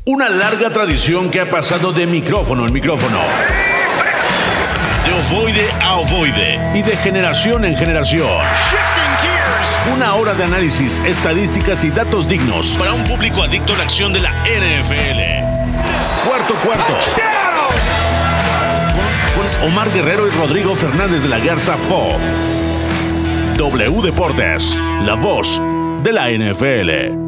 Una larga tradición que ha pasado de micrófono en micrófono, de ovoide a ovoide y de generación en generación. Una hora de análisis, estadísticas y datos dignos para un público adicto a la acción de la NFL. Cuarto cuarto. Con Omar Guerrero y Rodrigo Fernández de la Garza Fo. W Deportes, la voz de la NFL.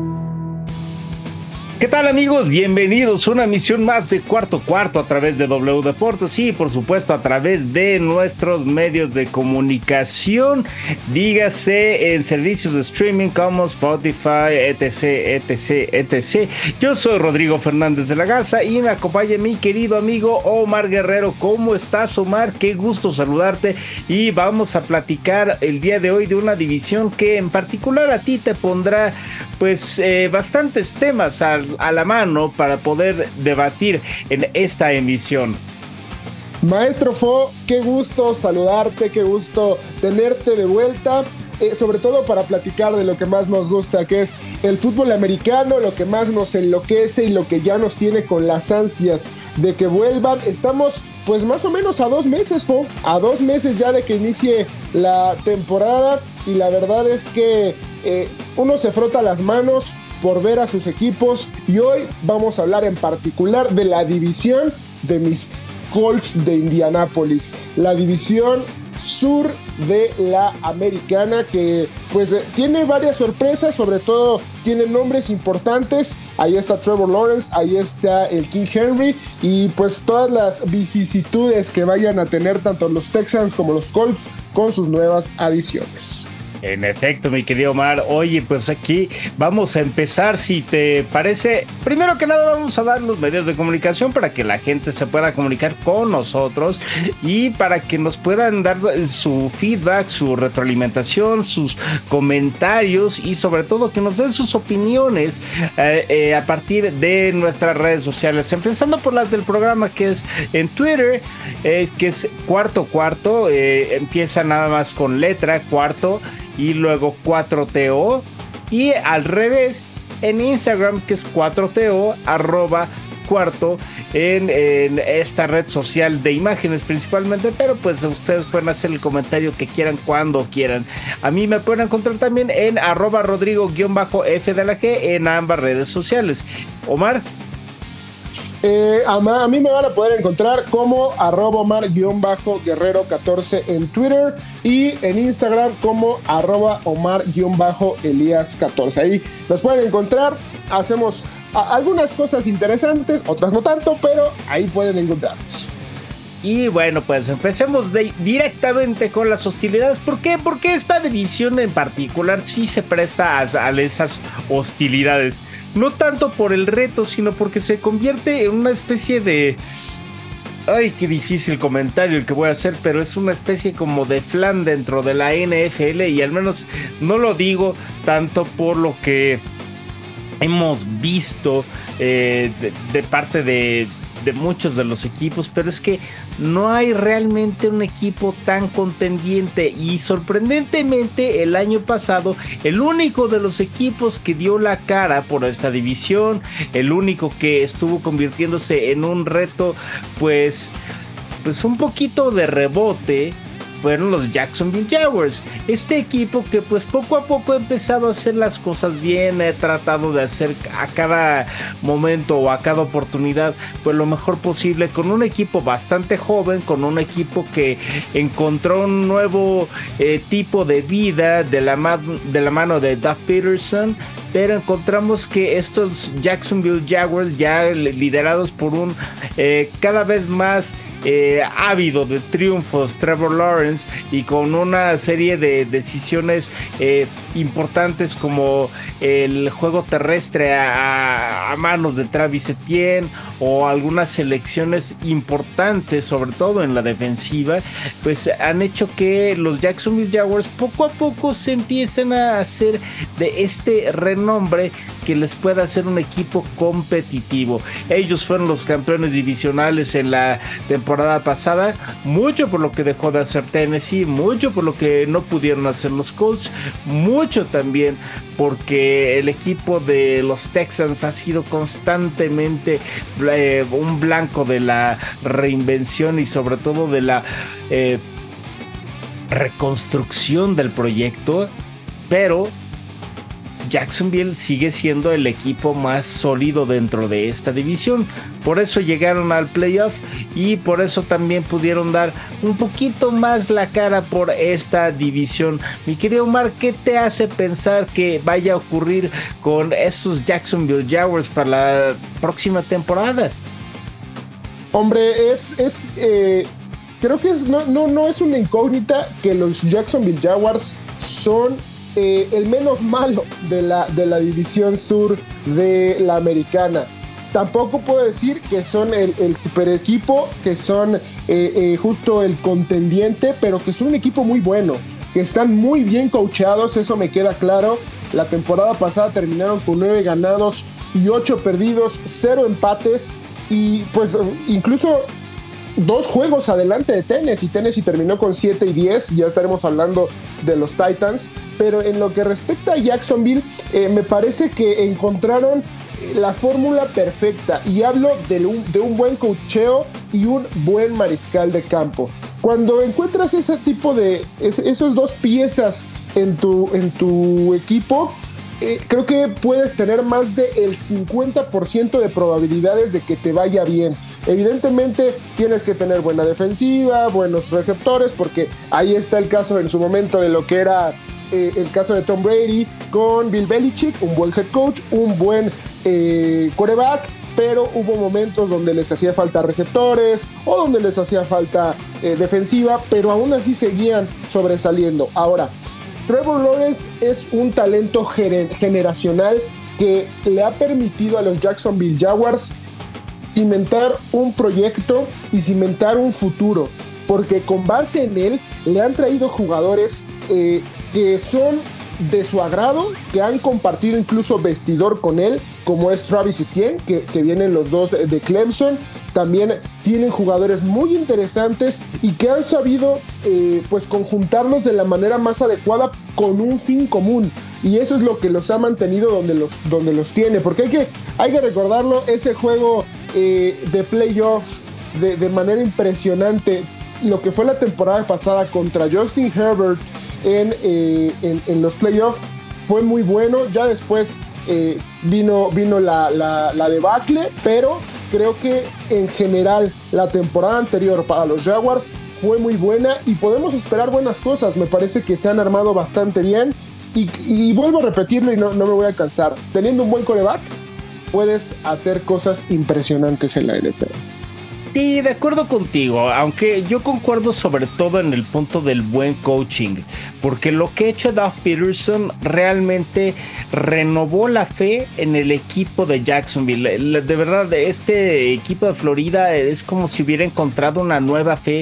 ¿Qué tal, amigos? Bienvenidos a una emisión más de Cuarto Cuarto a través de W Deportes y por supuesto a través de nuestros medios de comunicación, dígase en servicios de streaming como Spotify, etc. Yo soy Rodrigo Fernández de la Garza y me acompaña mi querido amigo Omar Guerrero. ¿Cómo estás, Omar? Qué gusto saludarte y vamos a platicar el día de hoy de una división que en particular a ti te pondrá pues bastantes temas a la mano para poder debatir en esta emisión. Maestro Fo, qué gusto saludarte, qué gusto tenerte de vuelta, sobre todo para platicar de lo que más nos gusta, que es el fútbol americano, lo que más nos enloquece y lo que ya nos tiene con las ansias de que vuelvan. Estamos pues más o menos a 2 meses, Fo, a 2 meses ya de que inicie la temporada y la verdad es que uno se frota las manos por ver a sus equipos y hoy vamos a hablar en particular de la división de mis Colts de Indianápolis, la división sur de la americana que pues tiene varias sorpresas, sobre todo tiene nombres importantes. Ahí está Trevor Lawrence, ahí está el King Henry y pues todas las vicisitudes que vayan a tener tanto los Texans como los Colts con sus nuevas adiciones. En efecto, mi querido Omar. Oye, pues aquí vamos a empezar, si te parece. Primero que nada vamos a dar los medios de comunicación para que la gente se pueda comunicar con nosotros y para que nos puedan dar su feedback, su retroalimentación, sus comentarios y sobre todo que nos den sus opiniones a partir de nuestras redes sociales, empezando por las del programa, que es en Twitter, que es Cuarto Cuarto, empieza nada más con letra cuarto y luego 4TO, y al revés en Instagram, que es 4TO @cuarto en esta red social de imágenes principalmente, pero pues ustedes pueden hacer el comentario que quieran cuando quieran. A mí me pueden encontrar también en @Rodrigo_F de la G en ambas redes sociales. Omar. A mí me van a poder encontrar como @Omar_Guerrero14 en Twitter y en Instagram como @Omar_Elías14. Ahí nos pueden encontrar, hacemos algunas cosas interesantes, otras no tanto, pero ahí pueden encontrarnos. Y bueno, pues empecemos directamente con las hostilidades. ¿Por qué? Porque esta división en particular sí se presta a esas hostilidades. No tanto por el reto, sino porque se convierte en una especie de... Ay, qué difícil comentario el que voy a hacer, pero es una especie como de flan dentro de la NFL y al menos no lo digo tanto por lo que hemos visto de parte de muchos de los equipos, pero es que no hay realmente un equipo tan contendiente y sorprendentemente el año pasado el único de los equipos que dio la cara por esta división, el único que estuvo convirtiéndose en un reto pues un poquito de rebote, fueron los Jacksonville Jaguars. Este equipo que pues poco a poco ha empezado a hacer las cosas bien, he tratado de hacer a cada momento o a cada oportunidad pues lo mejor posible, con un equipo bastante joven, con un equipo que encontró un nuevo tipo de vida de la mano de Doug Peterson, pero encontramos que estos Jacksonville Jaguars, ya liderados por un cada vez más ávido de triunfos Trevor Lawrence y con una serie de decisiones importantes como el juego terrestre a manos de Travis Etienne o algunas selecciones importantes, sobre todo en la defensiva, pues han hecho que los Jacksonville Jaguars poco a poco se empiecen a hacer de este renombre que les pueda hacer un equipo competitivo. Ellos fueron los campeones divisionales en la temporada pasada, mucho por lo que dejó de hacer Tennessee, mucho por lo que no pudieron hacer los Colts, mucho también porque el equipo de los Texans ha sido constantemente un blanco de la reinvención y sobre todo de la reconstrucción del proyecto, pero Jacksonville sigue siendo el equipo más sólido dentro de esta división. Por eso llegaron al playoff y por eso también pudieron dar un poquito más la cara por esta división. Mi querido Omar, ¿qué te hace pensar que vaya a ocurrir con esos Jacksonville Jaguars para la próxima temporada? Hombre, creo que no es una incógnita que los Jacksonville Jaguars son el menos malo de la división sur de la americana. Tampoco puedo decir que son el super equipo, que son justo el contendiente, pero que son un equipo muy bueno, que están muy bien coacheados, eso me queda claro. La temporada pasada terminaron con 9 ganados y 8 perdidos, 0 empates, y pues incluso 2 juegos adelante de Tennessee. Tennessee terminó con 7-10, ya estaremos hablando de los Titans, pero en lo que respecta a Jacksonville, me parece que encontraron la fórmula perfecta, y hablo de un buen coacheo y un buen mariscal de campo. Cuando encuentras ese tipo de esos 2 piezas en tu equipo, creo que puedes tener más del 50% de probabilidades de que te vaya bien. Evidentemente tienes que tener buena defensiva, buenos receptores, porque ahí está el caso en su momento de lo que era el caso de Tom Brady con Bill Belichick, un buen head coach, un buen quarterback, pero hubo momentos donde les hacía falta receptores o donde les hacía falta defensiva, pero aún así seguían sobresaliendo. Ahora, Trevor Lawrence es un talento generacional que le ha permitido a los Jacksonville Jaguars cimentar un proyecto y cimentar un futuro, porque con base en él le han traído jugadores que son de su agrado, que han compartido incluso vestidor con él, como es Travis Etienne, que vienen los dos de Clemson. También tienen jugadores muy interesantes y que han sabido pues conjuntarlos de la manera más adecuada con un fin común, y eso es lo que los ha mantenido donde los tiene, porque hay que recordarlo, ese juego de playoff de manera impresionante, lo que fue la temporada pasada contra Justin Herbert en los playoffs, fue muy bueno. Ya después vino la debacle, pero creo que en general la temporada anterior para los Jaguars fue muy buena y podemos esperar buenas cosas. Me parece que se han armado bastante bien y vuelvo a repetirlo y no me voy a cansar. Teniendo un buen quarterback, puedes hacer cosas impresionantes en la NFL. Sí, de acuerdo contigo, aunque yo concuerdo sobre todo en el punto del buen coaching, porque lo que ha hecho Doug Peterson realmente renovó la fe en el equipo de Jacksonville. De verdad, este equipo de Florida es como si hubiera encontrado una nueva fe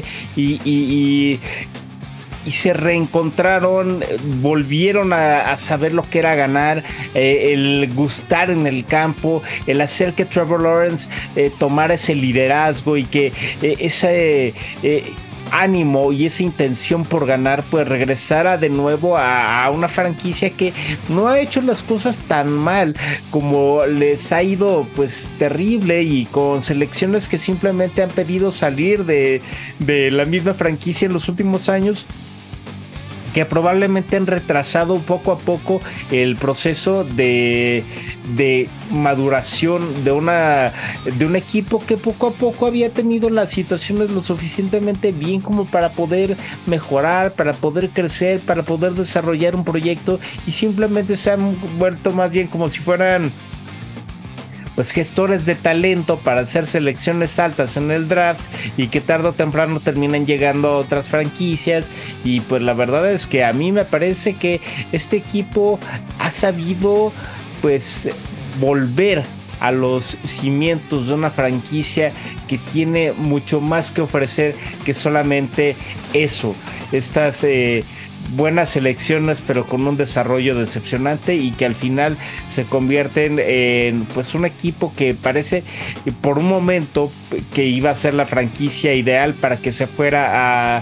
y se reencontraron, volvieron a saber lo que era ganar, el gustar en el campo, el hacer que Trevor Lawrence tomara ese liderazgo y que ese ánimo y esa intención por ganar pues regresara de nuevo a una franquicia que no ha hecho las cosas tan mal, como les ha ido pues terrible, y con selecciones que simplemente han pedido salir de la misma franquicia en los últimos años, que probablemente han retrasado poco a poco el proceso de maduración de un equipo que poco a poco había tenido las situaciones lo suficientemente bien como para poder mejorar, para poder crecer, para poder desarrollar un proyecto, y simplemente se han vuelto más bien como si fueran pues gestores de talento para hacer selecciones altas en el draft, y que tarde o temprano terminan llegando a otras franquicias. Y pues la verdad es que a mí me parece que este equipo ha sabido pues volver a los cimientos de una franquicia que tiene mucho más que ofrecer que solamente eso. Estas buenas selecciones pero con un desarrollo decepcionante y que al final se convierten en pues un equipo que parece por un momento que iba a ser la franquicia ideal para que se fuera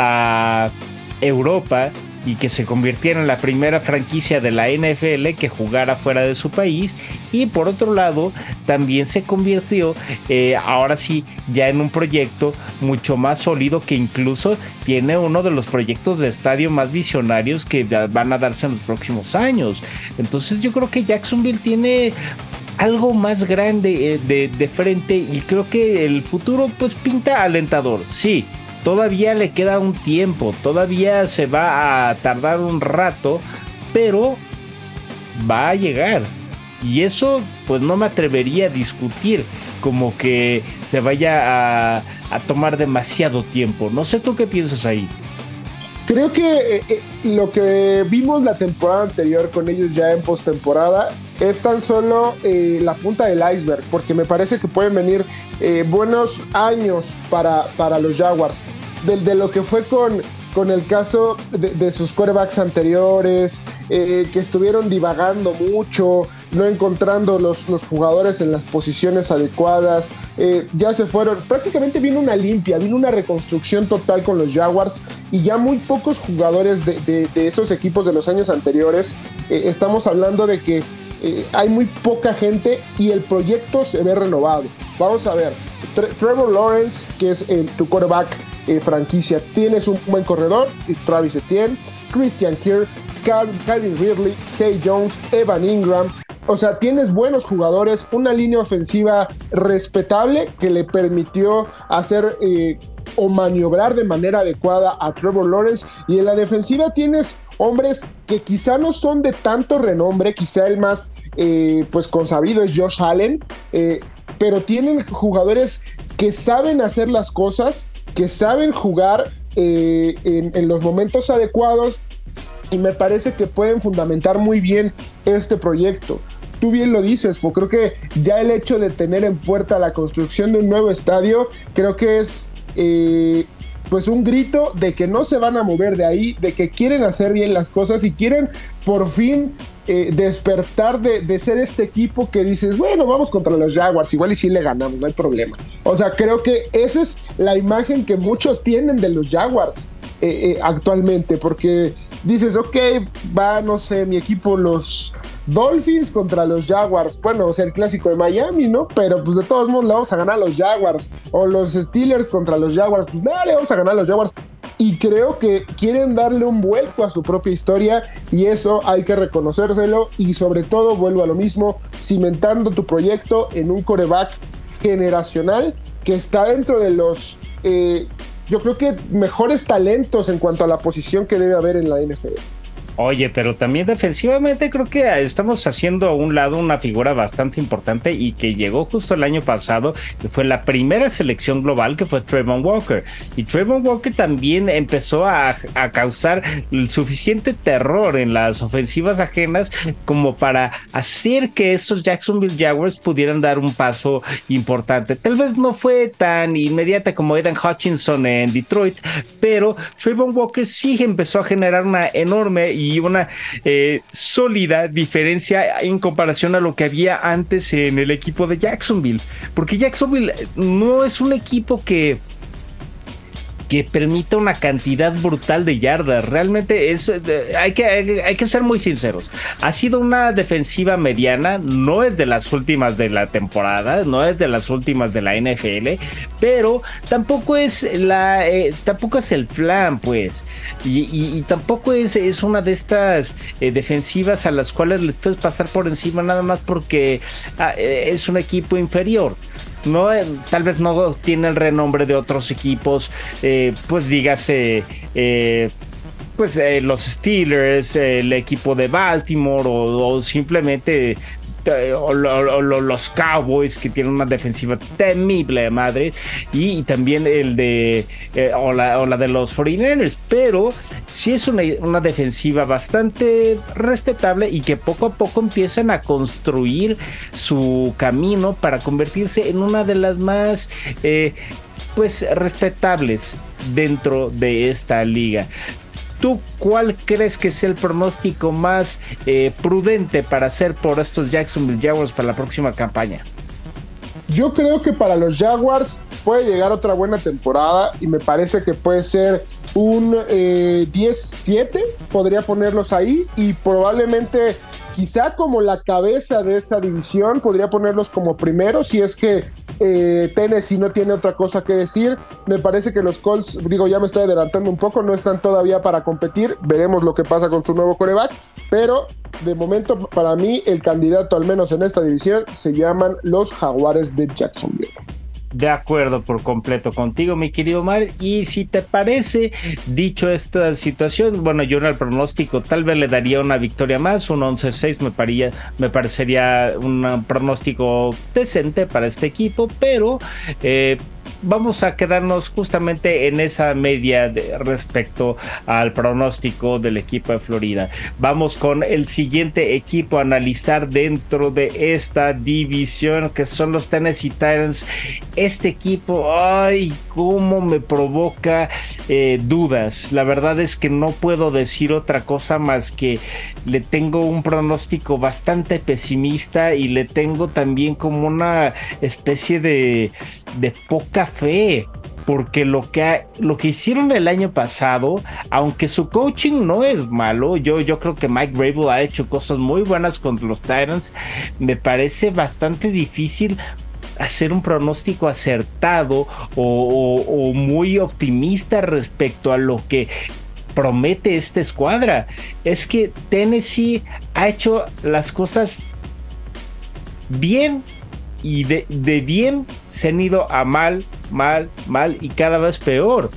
a Europa y que se convirtiera en la primera franquicia de la NFL que jugara fuera de su país, y por otro lado también se convirtió ahora sí ya en un proyecto mucho más sólido que incluso tiene uno de los proyectos de estadio más visionarios que van a darse en los próximos años. Entonces yo creo que Jacksonville tiene algo más grande de frente y creo que el futuro pues pinta alentador. Sí, todavía le queda un tiempo, todavía se va a tardar un rato, pero va a llegar. Y eso pues no me atrevería a discutir como que se vaya a tomar demasiado tiempo. No sé tú qué piensas ahí. Creo que lo que vimos la temporada anterior con ellos ya en postemporada es tan solo la punta del iceberg, porque me parece que pueden venir buenos años para los Jaguars. De lo que fue con el caso de sus quarterbacks anteriores, que estuvieron divagando mucho, no encontrando los jugadores en las posiciones adecuadas, ya se fueron, prácticamente vino una limpia, vino una reconstrucción total con los Jaguars y ya muy pocos jugadores de esos equipos de los años anteriores. Estamos hablando de que hay muy poca gente y el proyecto se ve renovado. Vamos a ver, Trevor Lawrence, que es tu quarterback franquicia, tienes un buen corredor, Travis Etienne, Christian Kirk, Calvin Ridley, Zay Jones, Evan Ingram. O sea, tienes buenos jugadores, una línea ofensiva respetable que le permitió hacer o maniobrar de manera adecuada a Trevor Lawrence, y en la defensiva tienes hombres que quizá no son de tanto renombre, quizá el más pues consabido es Josh Allen, pero tienen jugadores que saben hacer las cosas, que saben jugar en los momentos adecuados, y me parece que pueden fundamentar muy bien este proyecto. Tú bien lo dices, Fo, creo que ya el hecho de tener en puerta la construcción de un nuevo estadio, creo que es pues un grito de que no se van a mover de ahí, de que quieren hacer bien las cosas y quieren por fin despertar de ser este equipo que dices, bueno, vamos contra los Jaguars, igual y sí le ganamos, no hay problema. O sea, creo que esa es la imagen que muchos tienen de los Jaguars actualmente, porque dices, ok, va, no sé, mi equipo, los Dolphins contra los Jaguars, bueno, o sea, el clásico de Miami, ¿no? Pero pues de todos modos le vamos a ganar a los Jaguars, o los Steelers contra los Jaguars, pues dale, vamos a ganar a los Jaguars. Y creo que quieren darle un vuelco a su propia historia, y eso hay que reconocérselo, y sobre todo, vuelvo a lo mismo, cimentando tu proyecto en un quarterback generacional que está dentro de los yo creo que mejores talentos en cuanto a la posición que debe haber en la NFL. Oye, pero también defensivamente creo que estamos haciendo a un lado una figura bastante importante y que llegó justo el año pasado, que fue la primera selección global, que fue Trevon Walker. Y Trevon Walker también empezó a causar el suficiente terror en las ofensivas ajenas como para hacer que estos Jacksonville Jaguars pudieran dar un paso importante. Tal vez no fue tan inmediata como Aidan Hutchinson en Detroit, pero Trevon Walker sí empezó a generar una enorme y una sólida diferencia en comparación a lo que había antes en el equipo de Jacksonville, porque Jacksonville no es un equipo que permita una cantidad brutal de yardas. Realmente hay que ser muy sinceros. Ha sido una defensiva mediana, no es de las últimas de la temporada, no es de las últimas de la NFL, pero tampoco es el flan, pues, y tampoco es una de estas defensivas a las cuales les puedes pasar por encima nada más porque es un equipo inferior. No, tal vez no tiene el renombre de otros equipos, pues dígase los Steelers, el equipo de Baltimore o simplemente los Cowboys, que tienen una defensiva temible de madre, y también el de la de los 49ers, pero sí es una defensiva bastante respetable y que poco a poco empiezan a construir su camino para convertirse en una de las más respetables dentro de esta liga. ¿Tú cuál crees que sea el pronóstico más prudente para hacer por estos Jacksonville Jaguars para la próxima campaña? Yo creo que para los Jaguars puede llegar otra buena temporada y me parece que puede ser un 10-7, podría ponerlos ahí, y probablemente quizá como la cabeza de esa división podría ponerlos como primero si es que Tennessee no tiene otra cosa que decir. Me parece que los Colts, ya me estoy adelantando un poco, no están todavía para competir, veremos lo que pasa con su nuevo quarterback, pero de momento para mí el candidato al menos en esta división se llaman los Jaguares de Jacksonville. De acuerdo por completo contigo, mi querido Omar. Y si te parece, dicho esta situación, bueno, yo en el pronóstico tal vez le daría una victoria más, un 11-6 me parecería un pronóstico decente para este equipo, pero vamos a quedarnos justamente en esa media respecto al pronóstico del equipo de Florida. Vamos con el siguiente equipo a analizar dentro de esta división, que son los Tennessee Titans. Este equipo, ay, cómo me provoca dudas. La verdad es que no puedo decir otra cosa más que le tengo un pronóstico bastante pesimista y le tengo también como una especie de poca fe, porque lo que hicieron el año pasado, aunque su coaching no es malo, yo creo que Mike Vrabel ha hecho cosas muy buenas contra los Titans. Me parece bastante difícil hacer un pronóstico acertado o muy optimista respecto a lo que promete esta escuadra. Es que Tennessee ha hecho las cosas bien, y de bien se han ido a mal y cada vez peor.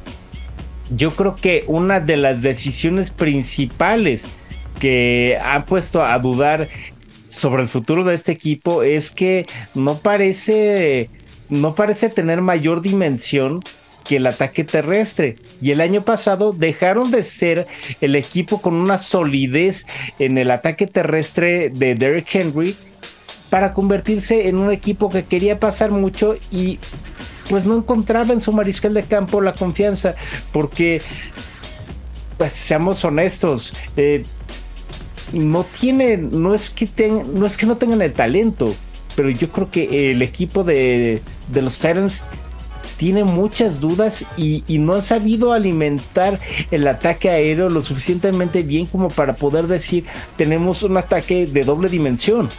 Yo creo que una de las decisiones principales que han puesto a dudar sobre el futuro de este equipo es que no parece tener mayor dimensión que el ataque terrestre, y el año pasado dejaron de ser el equipo con una solidez en el ataque terrestre de Derrick Henry para convertirse en un equipo que quería pasar mucho y pues no encontraba en su mariscal de campo la confianza, porque pues seamos honestos, no es que no tengan el talento, pero yo creo que el equipo de los Titans tiene muchas dudas y no ha sabido alimentar el ataque aéreo lo suficientemente bien como para poder decir tenemos un ataque de doble dimensión.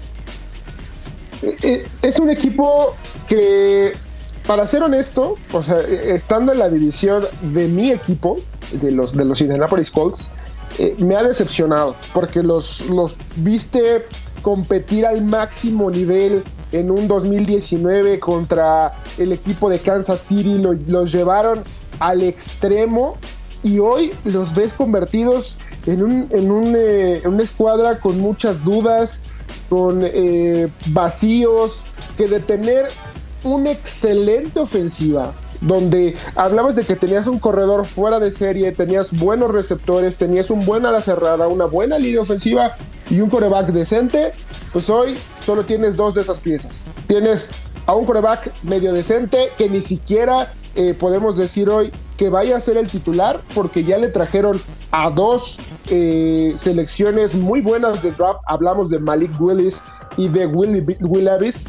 Es un equipo que, para ser honesto, o sea, estando en la división de mi equipo, de los Indianapolis Colts, me ha decepcionado, porque los viste competir al máximo nivel en un 2019 contra el equipo de Kansas City, los llevaron al extremo y hoy los ves convertidos en una escuadra con muchas dudas, con vacíos, que de tener una excelente ofensiva, donde hablabas de que tenías un corredor fuera de serie, tenías buenos receptores, tenías un buen ala cerrada, una buena línea ofensiva y un quarterback decente, pues hoy solo tienes dos de esas piezas. Tienes a un quarterback medio decente que ni siquiera podemos decir hoy que vaya a ser el titular, porque ya le trajeron a dos selecciones muy buenas de draft. Hablamos de Malik Willis y de Will Levis.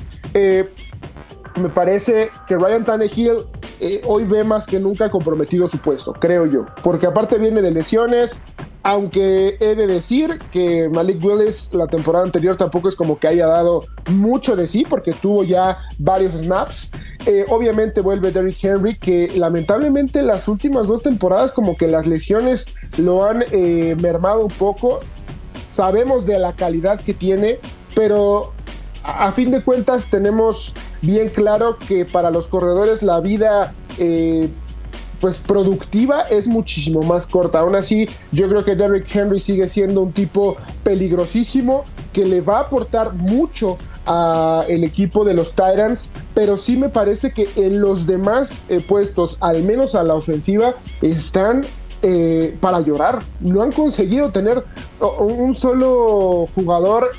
Me parece que Ryan Tannehill hoy ve más que nunca comprometido su puesto, creo yo, porque aparte viene de lesiones, aunque he de decir que Malik Willis la temporada anterior tampoco es como que haya dado mucho de sí, porque tuvo ya varios snaps. Obviamente vuelve Derrick Henry, que lamentablemente las últimas dos temporadas como que las lesiones lo han mermado un poco. Sabemos de la calidad que tiene, pero a fin de cuentas tenemos bien claro que para los corredores la vida pues productiva es muchísimo más corta. Aún así, yo creo que Derrick Henry sigue siendo un tipo peligrosísimo que le va a aportar mucho al equipo de los Titans, pero sí me parece que en los demás puestos, al menos a la ofensiva, están para llorar. No han conseguido tener un solo jugador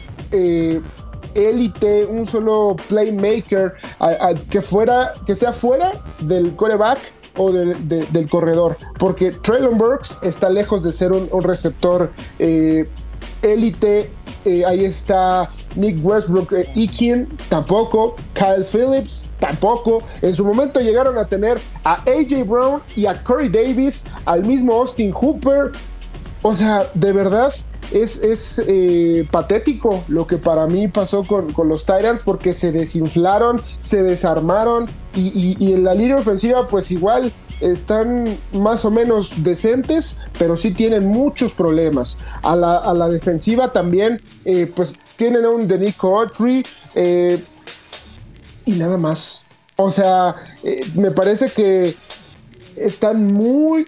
élite, un solo playmaker que sea fuera del quarterback, o del corredor, porque Treylon Burks está lejos de ser un receptor élite. Ahí está Nick Westbrook, Ikin tampoco, Kyle Phillips tampoco. En su momento llegaron a tener a AJ Brown y a Corey Davis, al mismo Austin Hooper. O sea, de verdad es patético lo que para mí pasó con los Titans, porque se desinflaron, se desarmaron y en la línea ofensiva pues igual están más o menos decentes, pero sí tienen muchos problemas. A la defensiva también, pues tienen a un Denico Autry y nada más. O sea, me parece que están muy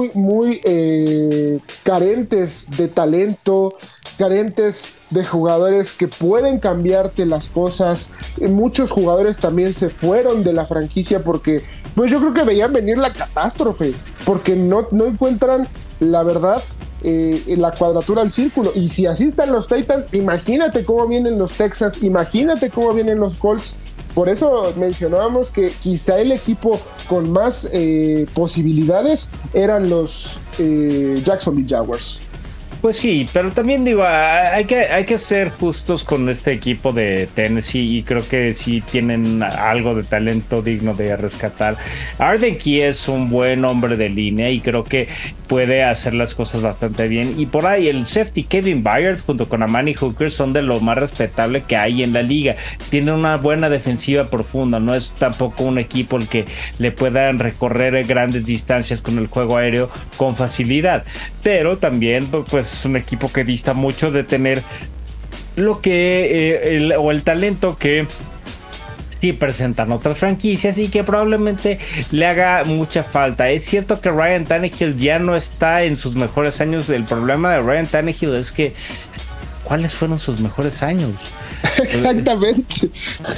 carentes de talento, carentes de jugadores que pueden cambiarte las cosas. Muchos jugadores también se fueron de la franquicia porque, pues yo creo que veían venir la catástrofe, porque no encuentran, la verdad, la cuadratura al círculo. Y si así están los Titans, imagínate cómo vienen los Texans, imagínate cómo vienen los Colts. Por eso mencionábamos que quizá el equipo con más posibilidades eran los Jacksonville Jaguars. Pues sí, pero también digo, hay que ser justos con este equipo de Tennessee y creo que sí tienen algo de talento digno de rescatar. Arden Key es un buen hombre de línea y creo que puede hacer las cosas bastante bien. Y por ahí el safety Kevin Byard junto con Amani Hooker son de lo más respetable que hay en la liga. Tienen una buena defensiva profunda, no es tampoco un equipo el que le puedan recorrer grandes distancias con el juego aéreo con facilidad, pero también pues es un equipo que dista mucho de tener lo que el talento que sí presentan otras franquicias y que probablemente le haga mucha falta. Es cierto que Ryan Tannehill ya no está en sus mejores años. El problema de Ryan Tannehill es que ¿cuáles fueron sus mejores años? Exactamente.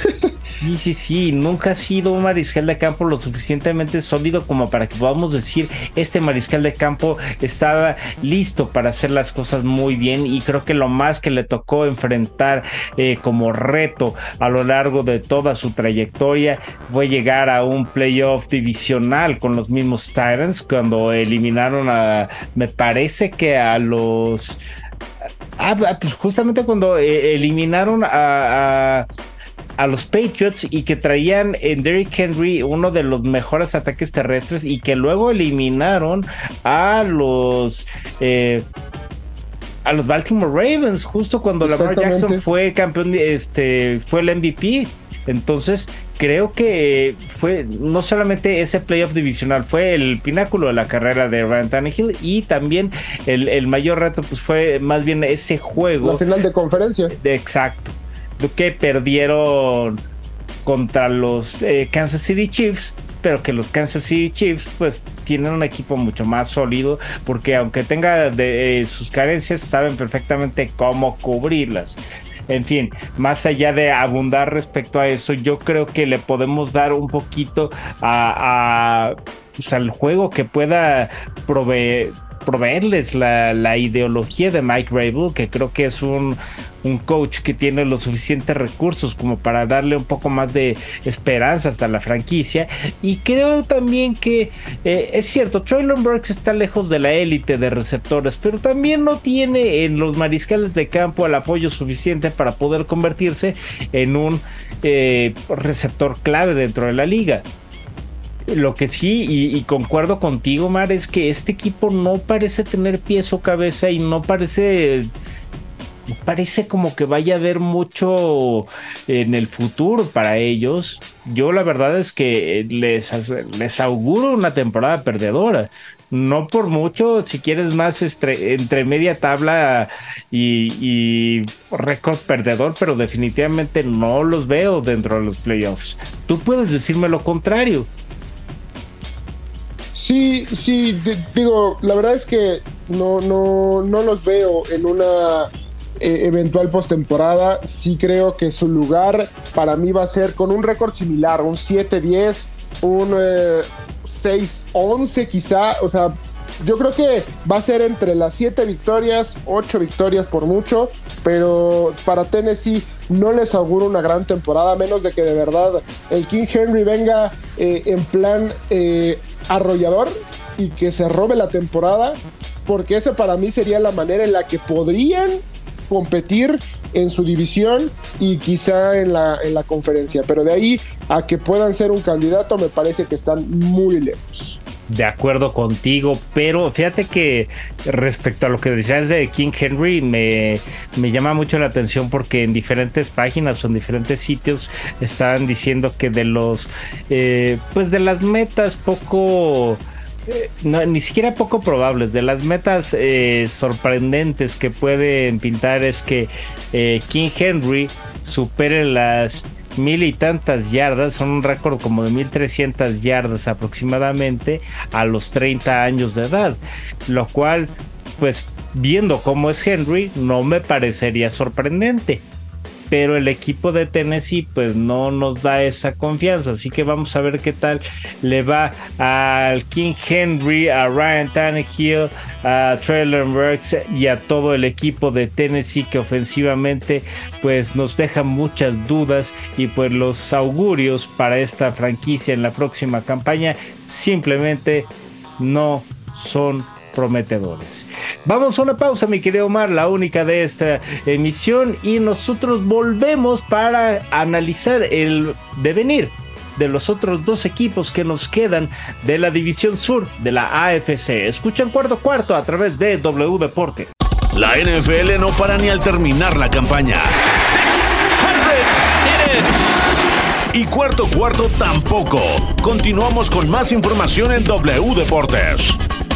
Sí, nunca ha sido un mariscal de campo lo suficientemente sólido como para que podamos decir este mariscal de campo estaba listo para hacer las cosas muy bien, y creo que lo más que le tocó enfrentar como reto a lo largo de toda su trayectoria fue llegar a un playoff divisional con los mismos Titans cuando eliminaron me parece que a los pues justamente cuando eliminaron a los Patriots y que traían en Derrick Henry uno de los mejores ataques terrestres y que luego eliminaron a los Baltimore Ravens justo cuando Lamar Jackson fue campeón, fue el MVP. Entonces creo que fue no solamente ese playoff divisional, fue el pináculo de la carrera de Ryan Tannehill, y también el mayor reto pues fue más bien ese juego, la final de conferencia. Exacto, que perdieron contra los Kansas City Chiefs, pero que los Kansas City Chiefs pues tienen un equipo mucho más sólido, porque aunque tenga sus carencias, saben perfectamente cómo cubrirlas. En fin, más allá de abundar respecto a eso, yo creo que le podemos dar un poquito al juego que pueda proveerles la ideología de Mike Vrabel, que creo que es un coach que tiene los suficientes recursos como para darle un poco más de esperanza hasta la franquicia. Y creo también que es cierto, Treylon Burks está lejos de la élite de receptores, pero también no tiene en los mariscales de campo el apoyo suficiente para poder convertirse en un receptor clave dentro de la liga. Lo que sí, y concuerdo contigo, Mar, es que este equipo no parece tener pies o cabeza y no parece como que vaya a haber mucho en el futuro para ellos. Yo la verdad es que les auguro una temporada perdedora. No por mucho, si quieres más entre media tabla y récord perdedor, pero definitivamente no los veo dentro de los playoffs. Tú puedes decirme lo contrario. Sí, digo, la verdad es que no los veo en una eventual postemporada. Sí creo que su lugar para mí va a ser con un récord similar, un 7-10, un 6-11 quizá. O sea, yo creo que va a ser entre las 7 victorias, 8 victorias por mucho, pero para Tennessee no les auguro una gran temporada, a menos de que de verdad el King Henry venga en plan arrollador y que se robe la temporada, porque esa para mí sería la manera en la que podrían competir en su división y quizá en la conferencia, pero de ahí a que puedan ser un candidato me parece que están muy lejos. De acuerdo contigo, pero fíjate que respecto a lo que decías de King Henry, me llama mucho la atención porque en diferentes páginas o en diferentes sitios estaban diciendo que de los pues de las metas poco no, ni siquiera poco probables, de las metas sorprendentes que pueden pintar es que King Henry supere las 1,000 y tantas yardas, son un récord como de 1,300 yardas aproximadamente a los 30 años de edad, lo cual, pues viendo cómo es Henry, no me parecería sorprendente. Pero el equipo de Tennessee pues no nos da esa confianza, así que vamos a ver qué tal le va al King Henry, a Ryan Tannehill, a Treylon Burks y a todo el equipo de Tennessee, que ofensivamente pues nos deja muchas dudas, y pues los augurios para esta franquicia en la próxima campaña simplemente no son prometedores. Vamos a una pausa, mi querido Omar, la única de esta emisión, y nosotros volvemos para analizar el devenir de los otros dos equipos que nos quedan de la división sur de la AFC. Escuchan Cuarto Cuarto a través de W Deporte. La NFL no para ni al terminar la campaña. 600 y Cuarto Cuarto tampoco. Continuamos con más información en W Deportes.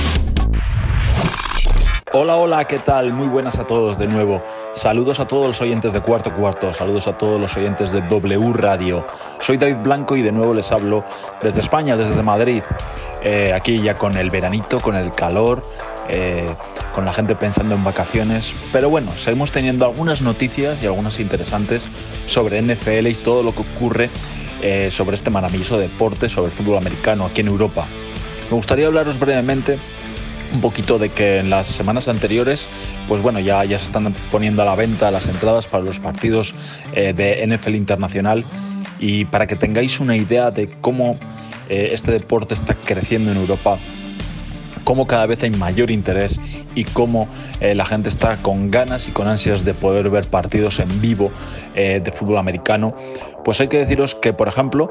Hola, hola, ¿qué tal? Muy buenas a todos de nuevo. Saludos a todos los oyentes de Cuarto Cuarto, saludos a todos los oyentes de W Radio. Soy David Blanco y de nuevo les hablo desde España, desde Madrid. Aquí ya con el veranito, con el calor, con la gente pensando en vacaciones. Pero bueno, seguimos teniendo algunas noticias y algunas interesantes sobre NFL y todo lo que ocurre sobre este maravilloso deporte, sobre el fútbol americano aquí en Europa. Me gustaría hablaros brevemente un poquito de que en las semanas anteriores, pues bueno, ya se están poniendo a la venta las entradas para los partidos de NFL internacional, y para que tengáis una idea de cómo este deporte está creciendo en Europa, cómo cada vez hay mayor interés y cómo la gente está con ganas y con ansias de poder ver partidos en vivo de fútbol americano, pues hay que deciros que, por ejemplo,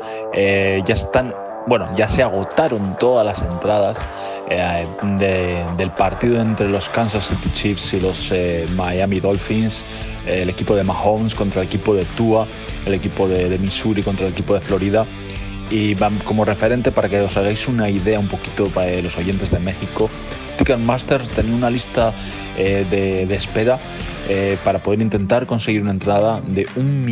ya se agotaron todas las entradas del partido entre los Kansas City Chiefs y los Miami Dolphins, el equipo de Mahomes contra el equipo de Tua, el equipo de Missouri contra el equipo de Florida. Y van como referente, para que os hagáis una idea un poquito para los oyentes de México, Ticketmaster tenía una lista de espera para poder intentar conseguir una entrada de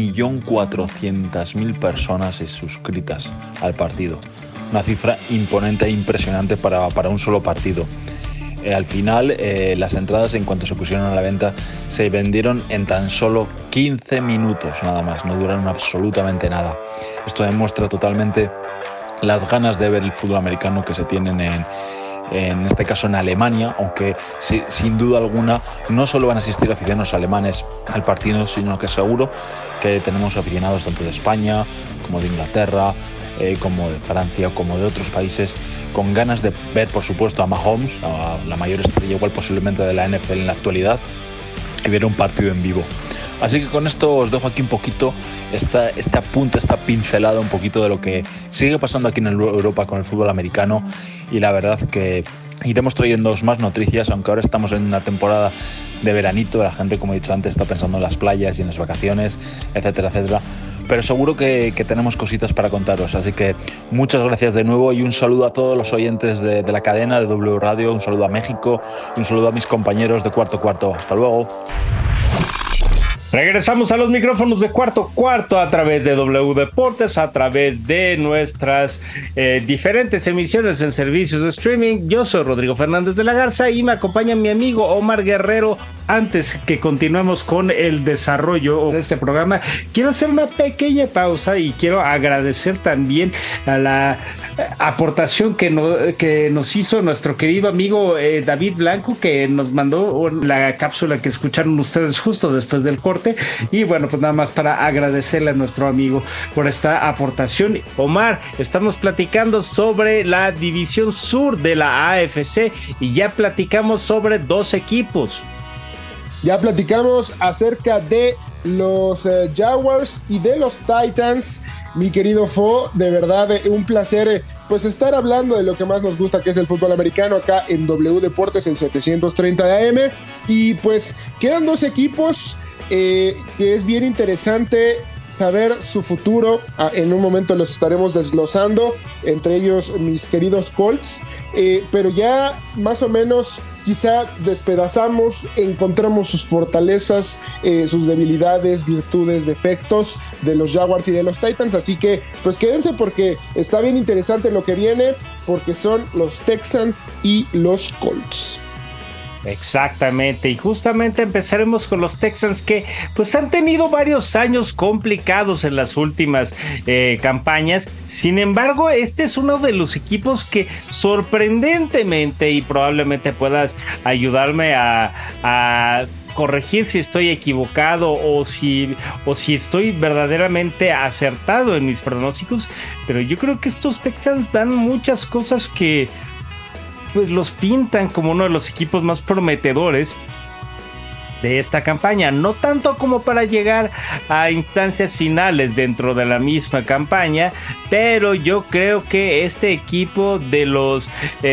1.400.000 personas suscritas al partido. Una cifra imponente e impresionante para un solo partido. Al final, las entradas, en cuanto se pusieron a la venta, se vendieron en tan solo 15 minutos, nada más. No duraron absolutamente nada. Esto demuestra totalmente las ganas de ver el fútbol americano que se tienen en este caso en Alemania, aunque sin duda alguna no solo van a asistir aficionados alemanes al partido, sino que seguro que tenemos aficionados tanto de España como de Inglaterra, como de Francia, como de otros países, con ganas de ver, por supuesto, a Mahomes, a la mayor estrella igual posiblemente de la NFL en la actualidad, y ver un partido en vivo. Así que con esto os dejo aquí un poquito este apunte, esta pincelada un poquito de lo que sigue pasando aquí en Europa con el fútbol americano, y la verdad que iremos trayéndoos más noticias, aunque ahora estamos en una temporada de veranito, la gente, como he dicho antes, está pensando en las playas y en las vacaciones, etcétera, etcétera. Pero seguro que tenemos cositas para contaros, así que muchas gracias de nuevo y un saludo a todos los oyentes de la cadena de W Radio, un saludo a México y un saludo a mis compañeros de Cuarto Cuarto. Hasta luego. Regresamos a los micrófonos de Cuarto Cuarto a través de W Deportes, a través de nuestras diferentes emisiones en servicios de streaming. Yo soy Rodrigo Fernández de la Garza y me acompaña mi amigo Omar Guerrero. Antes que continuemos con el desarrollo de este programa, quiero hacer una pequeña pausa y quiero agradecer también a la aportación que nos hizo nuestro querido amigo David Blanco, que nos mandó la cápsula que escucharon ustedes justo después del corte, deporte. Y bueno, pues nada más para agradecerle a nuestro amigo por esta aportación. Omar, estamos platicando sobre la división sur de la AFC y ya platicamos sobre 2 equipos. Ya platicamos acerca de los Jaguars y de los Titans. Mi querido Fo, de verdad un placer pues estar hablando de lo que más nos gusta, que es el fútbol americano, acá en W Deportes, en 730 de AM. Y pues quedan 2 equipos que es bien interesante saber su futuro. En un momento los estaremos desglosando, entre ellos mis queridos Colts, pero ya más o menos quizá despedazamos, encontramos sus fortalezas, sus debilidades, virtudes, defectos de los Jaguars y de los Titans, así que pues quédense porque está bien interesante lo que viene, porque son los Texans y los Colts. Exactamente, y justamente empezaremos con los Texans, que pues han tenido varios años complicados en las últimas campañas. Sin embargo, este es uno de los equipos que sorprendentemente, y probablemente puedas ayudarme a corregir si estoy equivocado o si estoy verdaderamente acertado en mis pronósticos, pero yo creo que estos Texans dan muchas cosas que pues los pintan como uno de los equipos más prometedores de esta campaña, no tanto como para llegar a instancias finales dentro de la misma campaña, pero yo creo que este equipo de los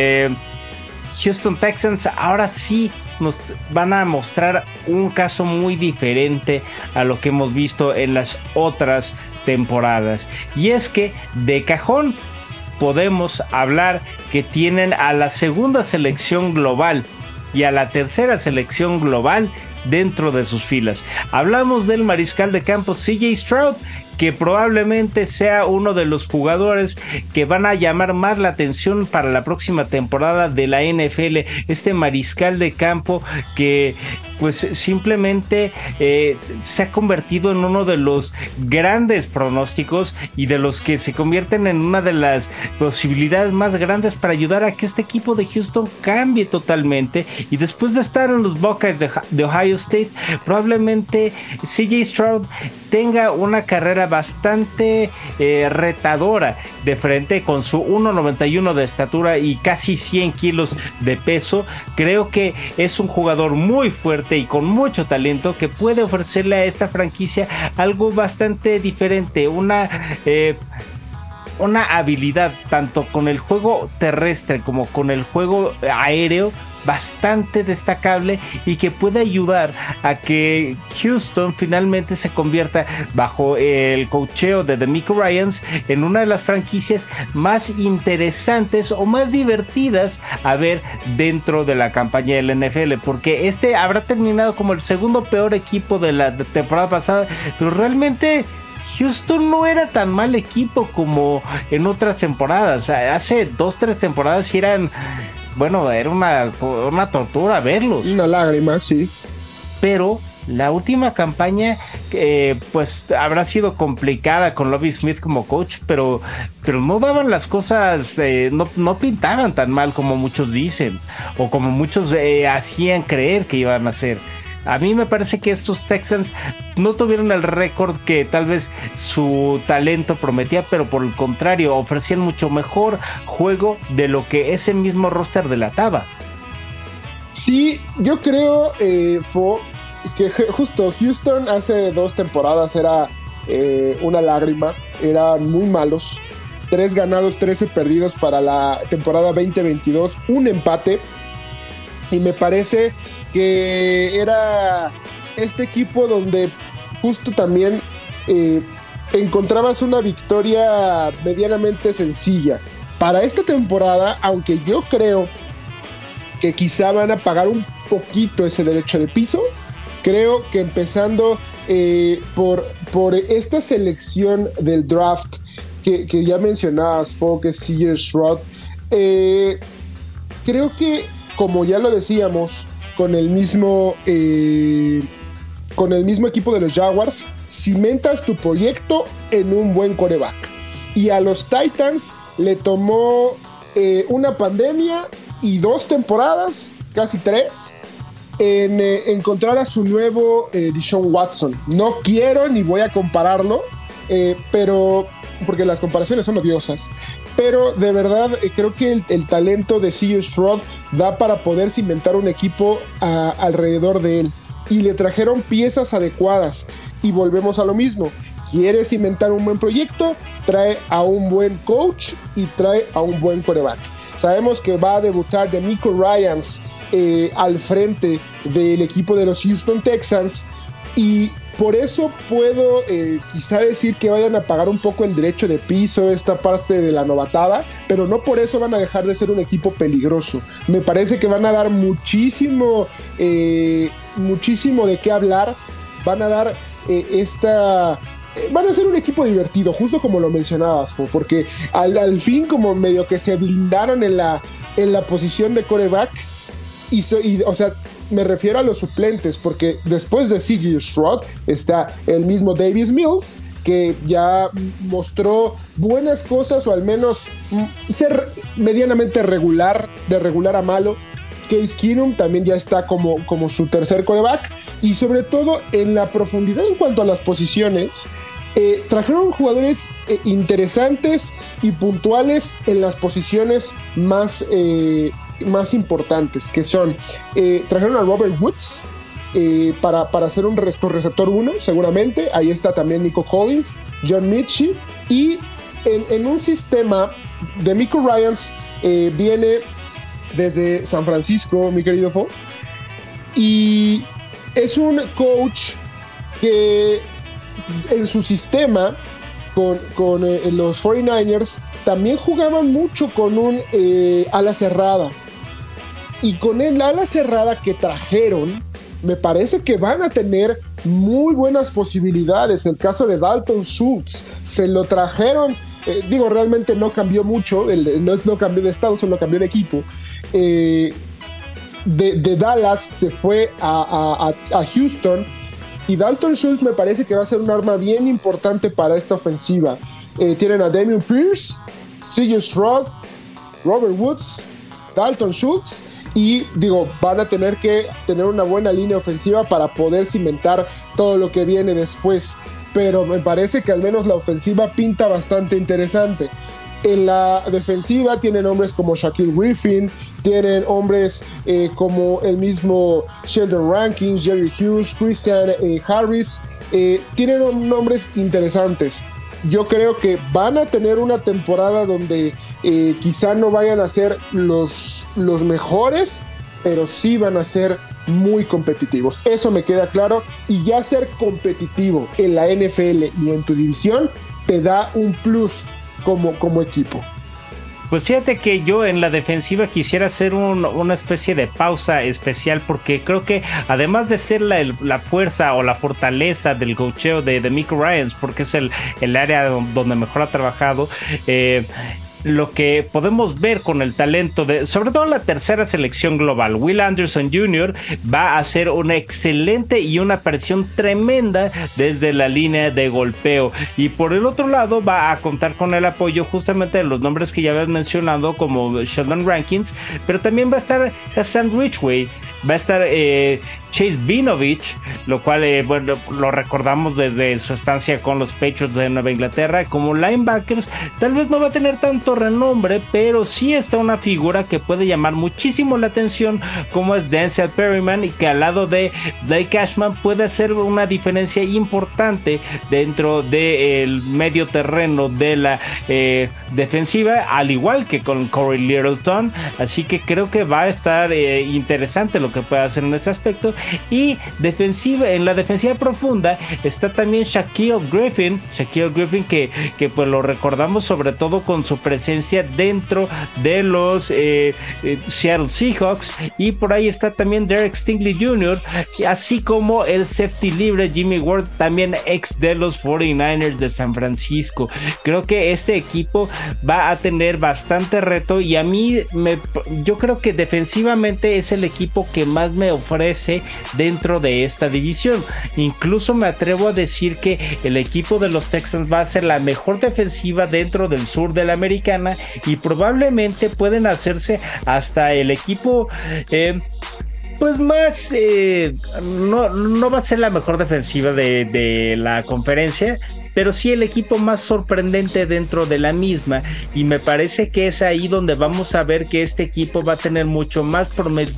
Houston Texans ahora sí nos van a mostrar un caso muy diferente a lo que hemos visto en las otras temporadas, y es que de cajón podemos hablar que tienen a la segunda selección global y a la tercera selección global dentro de sus filas. Hablamos del mariscal de campo CJ Stroud, que probablemente sea uno de los jugadores que van a llamar más la atención para la próxima temporada de la NFL. Este mariscal de campo que pues simplemente se ha convertido en uno de los grandes pronósticos y de los que se convierten en una de las posibilidades más grandes para ayudar a que este equipo de Houston cambie totalmente. Y después de estar en los Buckeyes de Ohio State, probablemente CJ Stroud tenga una carrera bastante retadora de frente, con su 1.91 de estatura y casi 100 kilos de peso. Creo que es un jugador muy fuerte y con mucho talento que puede ofrecerle a esta franquicia algo bastante diferente, una habilidad tanto con el juego terrestre como con el juego aéreo bastante destacable, y que puede ayudar a que Houston finalmente se convierta, bajo el coacheo de DeMeco Ryans, en una de las franquicias más interesantes o más divertidas a ver dentro de la campaña del NFL, porque este habrá terminado como el segundo peor equipo de la temporada pasada, pero realmente Houston no era tan mal equipo como en otras temporadas. Hace 2-3 temporadas eran, bueno, era una tortura verlos. Una lágrima, sí. Pero la última campaña pues habrá sido complicada con Lovie Smith como coach, pero no daban las cosas, no pintaban tan mal como muchos dicen, o como muchos hacían creer que iban a hacer. A mí me parece que estos Texans no tuvieron el récord que tal vez su talento prometía, pero por el contrario ofrecían mucho mejor juego de lo que ese mismo roster delataba. Sí, yo creo, que justo Houston hace 2 temporadas era una lágrima, eran muy malos. 3 ganados, 13 perdidos para la temporada 2022, un empate, y me parece que era este equipo donde justo también encontrabas una victoria medianamente sencilla. Para esta temporada, aunque yo creo que quizá van a pagar un poquito ese derecho de piso, creo que empezando por esta selección del draft que ya mencionabas, que es CJ Stroud, creo que, como ya lo decíamos, con el mismo equipo de los Jaguars, cimentas tu proyecto en un buen quarterback. Y a los Titans le tomó una pandemia y 2 temporadas, casi 3, en encontrar a su nuevo Deshaun Watson. No quiero ni voy a compararlo, pero porque las comparaciones son odiosas. Pero de verdad creo que el talento de C.J. Stroud da para poder cimentar un equipo alrededor de él. Y le trajeron piezas adecuadas. Y volvemos a lo mismo. ¿Quieres cimentar un buen proyecto? Trae a un buen coach y trae a un buen quarterback. Sabemos que va a debutar DeMeco Ryans al frente del equipo de los Houston Texans. Y por eso puedo quizá decir que vayan a pagar un poco el derecho de piso esta parte de la novatada, pero no por eso van a dejar de ser un equipo peligroso. Me parece que van a dar muchísimo de qué hablar. Van a dar van a ser un equipo divertido, justo como lo mencionabas, Fo, porque al fin como medio que se blindaron en la posición de quarterback o sea, me refiero a los suplentes, porque después de C.J. Stroud está el mismo Davis Mills, que ya mostró buenas cosas, o al menos ser medianamente regular, de regular a malo. Case Keenum también ya está como su tercer quarterback, y sobre todo en la profundidad en cuanto a las posiciones, trajeron jugadores interesantes y puntuales en las posiciones más importantes, que son trajeron a Robert Woods para ser un receptor 1 seguramente. Ahí está también Nico Collins, John Mitchell, y en un sistema de DeMeco Ryans viene desde San Francisco, mi querido Fo, y es un coach que en su sistema con los 49ers también jugaban mucho con un ala cerrada, y con el ala cerrada que trajeron me parece que van a tener muy buenas posibilidades. El caso de Dalton Schultz, se lo trajeron, realmente no cambió mucho, no cambió de estado, solo cambió de equipo. De Dallas se fue a Houston, y Dalton Schultz me parece que va a ser un arma bien importante para esta ofensiva. Tienen a Dameon Pierce, C.J. Stroud, Robert Woods, Dalton Schultz, y van a tener que tener una buena línea ofensiva para poder cimentar todo lo que viene después. Pero me parece que al menos la ofensiva pinta bastante interesante. En la defensiva tienen hombres como Shaquille Griffin, tienen hombres como el mismo Sheldon Rankins, Jerry Hughes, Christian Harris. Tienen nombres interesantes. Yo creo que van a tener una temporada donde quizá no vayan a ser los mejores, pero sí van a ser muy competitivos. Eso me queda claro. Y ya ser competitivo en la NFL y en tu división te da un plus como equipo. Pues fíjate que yo en la defensiva quisiera hacer una especie de pausa especial, porque creo que además de ser la fuerza o la fortaleza del coacheo de DeMeco Ryans, porque es el área donde mejor ha trabajado, lo que podemos ver con el talento sobre todo la tercera selección global, Will Anderson Jr. va a hacer una excelente y una presión tremenda desde la línea de golpeo, y por el otro lado va a contar con el apoyo justamente de los nombres que ya habías mencionado, como Sheldon Rankins, pero también va a estar Hassan Ridgeway, va a estar Chase Vinovich, lo cual lo recordamos desde su estancia con los Patriots de Nueva Inglaterra como linebackers. Tal vez no va a tener tanto renombre, pero sí está una figura que puede llamar muchísimo la atención, como es Denzel Perryman, y que al lado de Blake Cashman puede hacer una diferencia importante dentro del medio terreno de la defensiva, al igual que con Corey Littleton. Así que creo que va a estar interesante lo que puede hacer en ese aspecto. Y en la defensiva profunda está también Shaquille Griffin que pues lo recordamos sobre todo con su presencia dentro de los Seattle Seahawks, y por ahí está también Derek Stingley Jr., así como el safety libre Jimmy Ward, también ex de los 49ers de San Francisco. Creo que este equipo va a tener bastante reto, y a mí yo creo que defensivamente es el equipo que más me ofrece dentro de esta división. Incluso me atrevo a decir que el equipo de los Texans va a ser la mejor defensiva dentro del sur de la americana, y probablemente pueden hacerse hasta el equipo pues más, no va a ser la mejor defensiva de la conferencia, pero sí el equipo más sorprendente dentro de la misma, y me parece que es ahí donde vamos a ver que este equipo va a tener mucho más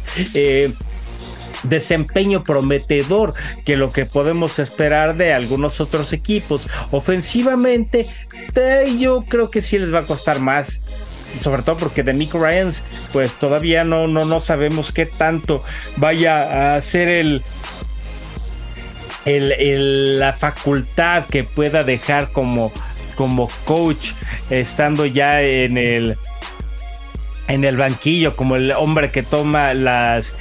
desempeño prometedor que lo que podemos esperar de algunos otros equipos. Ofensivamente, yo creo que sí les va a costar más, sobre todo porque DeMeco Ryans pues todavía no sabemos qué tanto vaya a ser la facultad que pueda dejar como coach, estando ya en el banquillo, como el hombre que toma las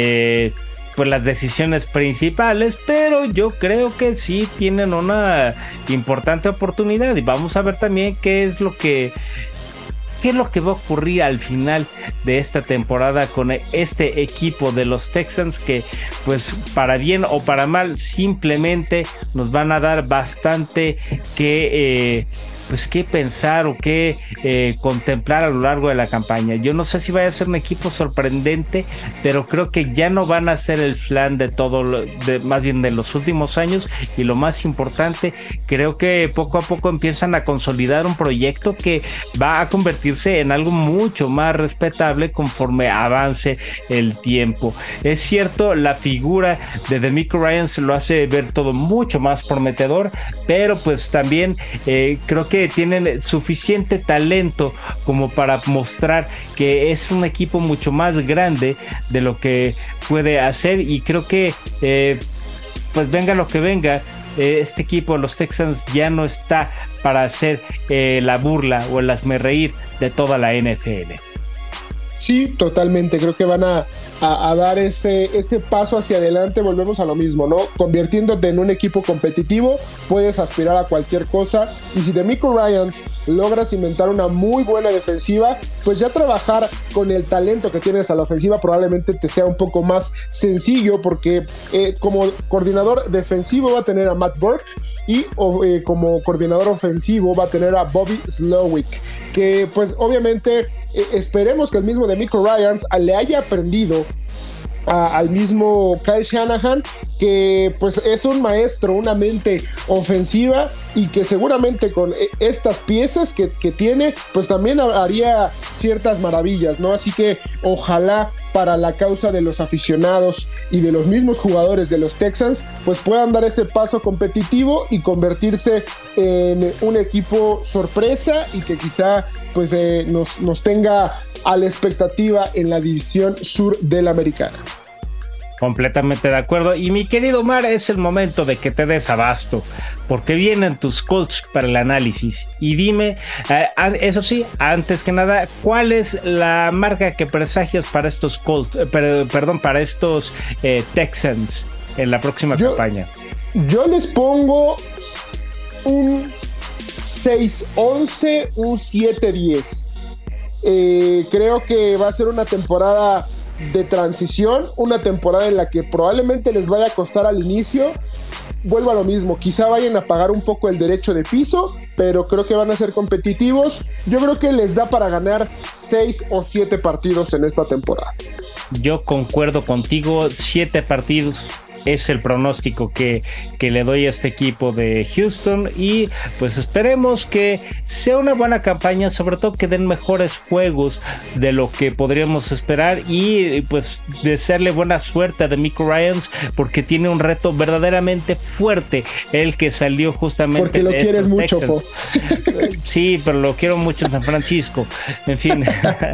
decisiones principales, pero yo creo que sí tienen una importante oportunidad, y vamos a ver también qué es lo que va a ocurrir al final de esta temporada con este equipo de los Texans, que pues para bien o para mal simplemente nos van a dar bastante que pensar o que contemplar a lo largo de la campaña. Yo no sé si vaya a ser un equipo sorprendente, pero creo que ya no van a ser el flan de más bien de los últimos años, y lo más importante, creo que poco a poco empiezan a consolidar un proyecto que va a convertirse en algo mucho más respetable conforme avance el tiempo. Es cierto, la figura de DeMeco Ryans lo hace ver todo mucho más prometedor, pero pues también creo que tienen suficiente talento como para mostrar que es un equipo mucho más grande de lo que puede hacer, y creo que pues venga lo que venga, este equipo, los Texans, ya no está para hacer la burla o el hazmerreír de toda la NFL. Sí, totalmente, creo que van a dar ese paso hacia adelante. Volvemos a lo mismo, ¿no? Convirtiéndote en un equipo competitivo, puedes aspirar a cualquier cosa, y si DeMeco Ryans logras inventar una muy buena defensiva, pues ya trabajar con el talento que tienes a la ofensiva probablemente te sea un poco más sencillo, porque como coordinador defensivo va a tener a Matt Burke, y como coordinador ofensivo va a tener a Bobby Slowick, que pues obviamente esperemos que el mismo DeMeco Ryans le haya aprendido al mismo Kyle Shanahan, que pues es un maestro, una mente ofensiva, y que seguramente con estas piezas que tiene, pues también haría ciertas maravillas, ¿no? Así que ojalá para la causa de los aficionados y de los mismos jugadores de los Texans, pues puedan dar ese paso competitivo y convertirse en un equipo sorpresa, y que quizá pues nos tenga a la expectativa en la división sur de la americana. Completamente de acuerdo. Y mi querido Omar, es el momento de que te des abasto, porque vienen tus Colts para el análisis. Y dime, eso sí, antes que nada, ¿cuál es la marca que presagias para estos Colts, para estos Texans en la próxima campaña? Yo les pongo un 6-11, un 7-10. Creo que va a ser una temporada de transición, una temporada en la que probablemente les vaya a costar al inicio. Vuelvo a lo mismo, quizá vayan a pagar un poco el derecho de piso, pero creo que van a ser competitivos. Yo creo que les da para ganar 6 o 7 partidos en esta temporada. Yo concuerdo contigo, 7 partidos es el pronóstico que le doy a este equipo de Houston, y pues esperemos que sea una buena campaña, sobre todo que den mejores juegos de lo que podríamos esperar, y pues desearle buena suerte a DeMeco Ryans, porque tiene un reto verdaderamente fuerte, el que salió justamente porque lo quieres mucho, Fo. Sí, pero lo quiero mucho en San Francisco. En fin,